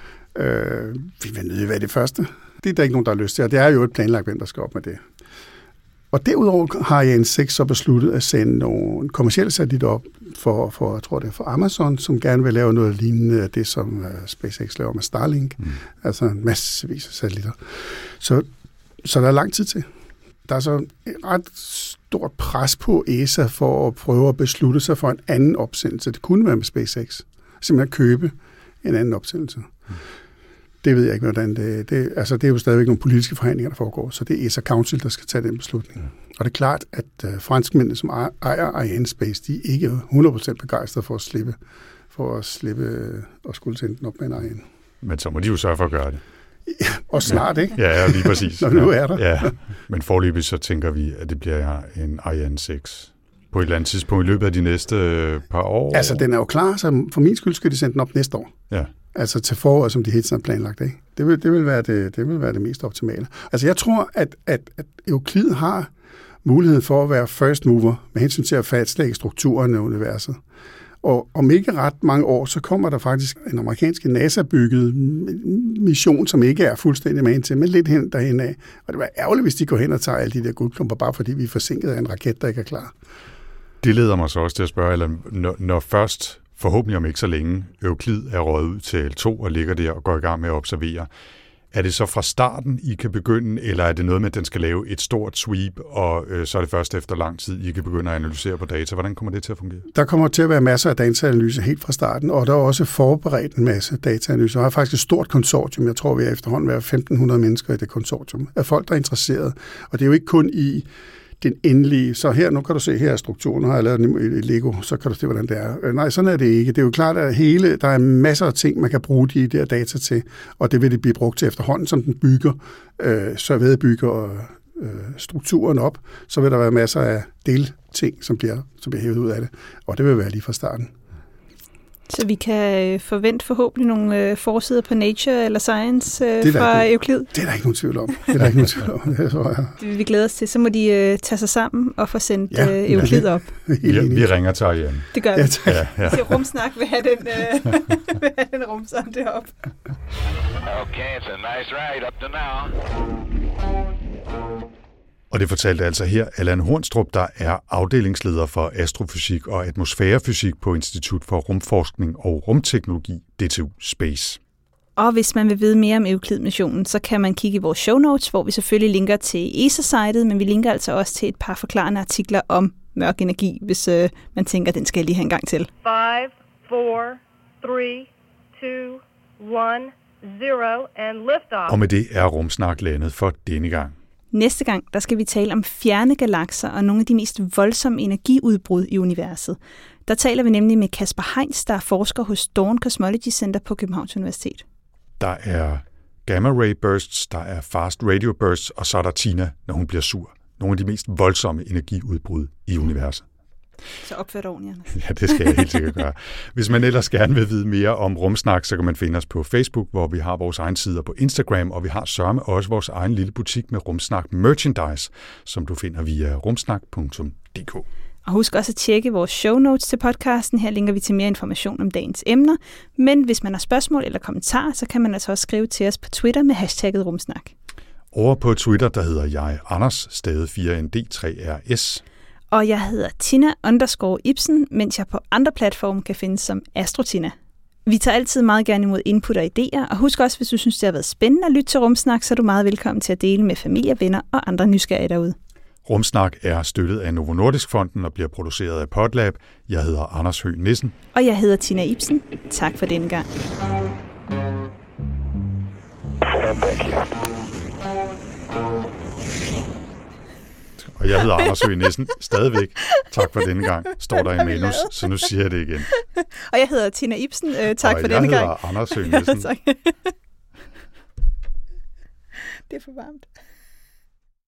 F: Vi vil nødt være det første. Det er der ikke nogen, der har lyst til, og det er jo et planlagt, hvem der skal op med det. Og derudover har Ariane 6 så besluttet at sende nogle kommercielle satellitter op for jeg tror det er for Amazon, som gerne vil lave noget lignende af det, som SpaceX laver med Starlink. Altså en massevis af satellitter. Så der er lang tid til. Der er så et ret stort pres på ESA for at prøve at beslutte sig for en anden opsendelse. Det kunne være med SpaceX. Simpelthen købe en anden opsendelse. Det ved jeg ikke, hvordan det er jo stadigvæk nogle politiske forhandlinger, der foregår, så det er ESA Council, der skal tage den beslutning. Og det er klart, at franskmændene, som ejer Ariane Space, de er ikke 100% begejstrede for at slippe og skulle sende den op med en Ariane.
A: Men så må de jo sørge for at gøre det.
F: Ja, og snart, ikke?
A: Ja, lige præcis.
F: Når nu er der.
A: Ja, men foreløbig så tænker vi, at det bliver en Ariane 6 på et eller andet tidspunkt i løbet af de næste par år.
F: Altså, den er jo klar, så for min skyld skal de sende den op næste år.
A: Ja.
F: Altså til foråret, som de hele tiden har planlagt, ikke? Det vil være det mest optimale. Altså, jeg tror, at Euklid har mulighed for at være first mover med hensyn til at fastlægge strukturen af universet. Og om ikke ret mange år, så kommer der faktisk en amerikansk NASA-bygget mission, som ikke er fuldstændig med til, men lidt hen derhen af. Og det var ærgerligt, hvis de går hen og tager alle de der guldklumper, bare fordi vi er forsinket af en raket, der ikke er klar.
A: Det leder mig så også til at spørge, eller når først, forhåbentlig om ikke så længe, Euklid er røget ud til L2 og ligger der og går i gang med at observere, er det så fra starten, I kan begynde, eller er det noget med, at den skal lave et stort sweep, og så er det først efter lang tid, I kan begynde at analysere på data? Hvordan kommer det til at fungere?
F: Der kommer til at være masser af dataanalyser helt fra starten, og der er også forberedt en masse dataanalyser. Der er faktisk et stort konsortium, jeg tror, vi er efterhånden være 1.500 mennesker i det konsortium, af folk, der er interesseret. Og det er jo ikke kun i den endelige, så her, nu kan du se, her er strukturen, nu har jeg lavet en Lego, så kan du se, hvordan det er. Nej, sådan er det ikke. Det er jo klart, at der er masser af ting, man kan bruge de der data til, og det vil det blive brugt til efterhånden, som den bygger, så ved at bygge strukturen op, så vil der være masser af delting, som bliver hævet ud af det, og det vil være lige fra starten.
B: Så vi kan forvente forhåbentlig nogle forsider på Nature eller Science fra Euklid?
F: Det er der ikke nogen tvivl om. Det tror jeg.
B: Det vil vi glæde os til. Så må de tage sig sammen og få sendt Euklid op.
A: Vi ringer til Ariane.
B: Det gør vi.
A: Ja.
B: Så Rumsnak vil have den rumsonde deroppe.
E: Okay, it's a nice ride up to now.
A: Og det fortalte altså her Allan Hornstrup, der er afdelingsleder for astrofysik og atmosfærefysik på Institut for Rumforskning og Rumteknologi, DTU Space.
B: Og hvis man vil vide mere om Euklid-missionen, så kan man kigge i vores show notes, hvor vi selvfølgelig linker til ESA-sitet, men vi linker altså også til et par forklarende artikler om mørk energi, hvis man tænker, den skal jeg lige have en gang til.
D: 5, 4, 3, 2, 1, 0, and liftoff.
A: Og med det er Rumsnak landet for denne gang.
B: Næste gang, der skal vi tale om fjerne galakser og nogle af de mest voldsomme energiudbrud i universet. Der taler vi nemlig med Kasper Heinz, der er forsker hos Dawn Cosmology Center på Københavns Universitet.
A: Der er gamma ray bursts, der er fast radio bursts, og så er der Tina, når hun bliver sur. Nogle af de mest voldsomme energiudbrud i universet.
B: Så opfør dig ordentligt, Anders.
A: Ja, det skal jeg helt sikkert gøre. Hvis man ellers gerne vil vide mere om Rumsnak, så kan man finde os på Facebook, hvor vi har vores egen sider på Instagram, og vi har sørme også vores egen lille butik med Rumsnak merchandise, som du finder via rumsnak.dk.
B: Og husk også at tjekke vores show notes til podcasten. Her linker vi til mere information om dagens emner. Men hvis man har spørgsmål eller kommentarer, så kan man altså også skrive til os på Twitter med hashtagget Rumsnak.
A: Over på Twitter, der hedder jeg Anders, stadig 4ND3RS.
B: Og jeg hedder Tina_Ibsen, mens jeg på andre platforme kan findes som AstroTina. Vi tager altid meget gerne imod input og idéer, og husk også, hvis du synes, det har været spændende at lytte til Rumsnak, så er du meget velkommen til at dele med familie, venner og andre nysgerrige derude.
A: Rumsnak er støttet af Novo Nordisk Fonden og bliver produceret af Podlab. Jeg hedder Anders Høgh Nissen.
B: Og jeg hedder Tina Ibsen. Tak for denne gang.
A: Og jeg hedder Anders Høgh Nissen. Stadigvæk. Tak for denne gang. Står der i manus, så nu siger jeg det igen.
B: Og jeg hedder Tina Ibsen. Tak for denne gang.
A: Og jeg hedder Anders Høgh Nissen.
B: Det er for varmt.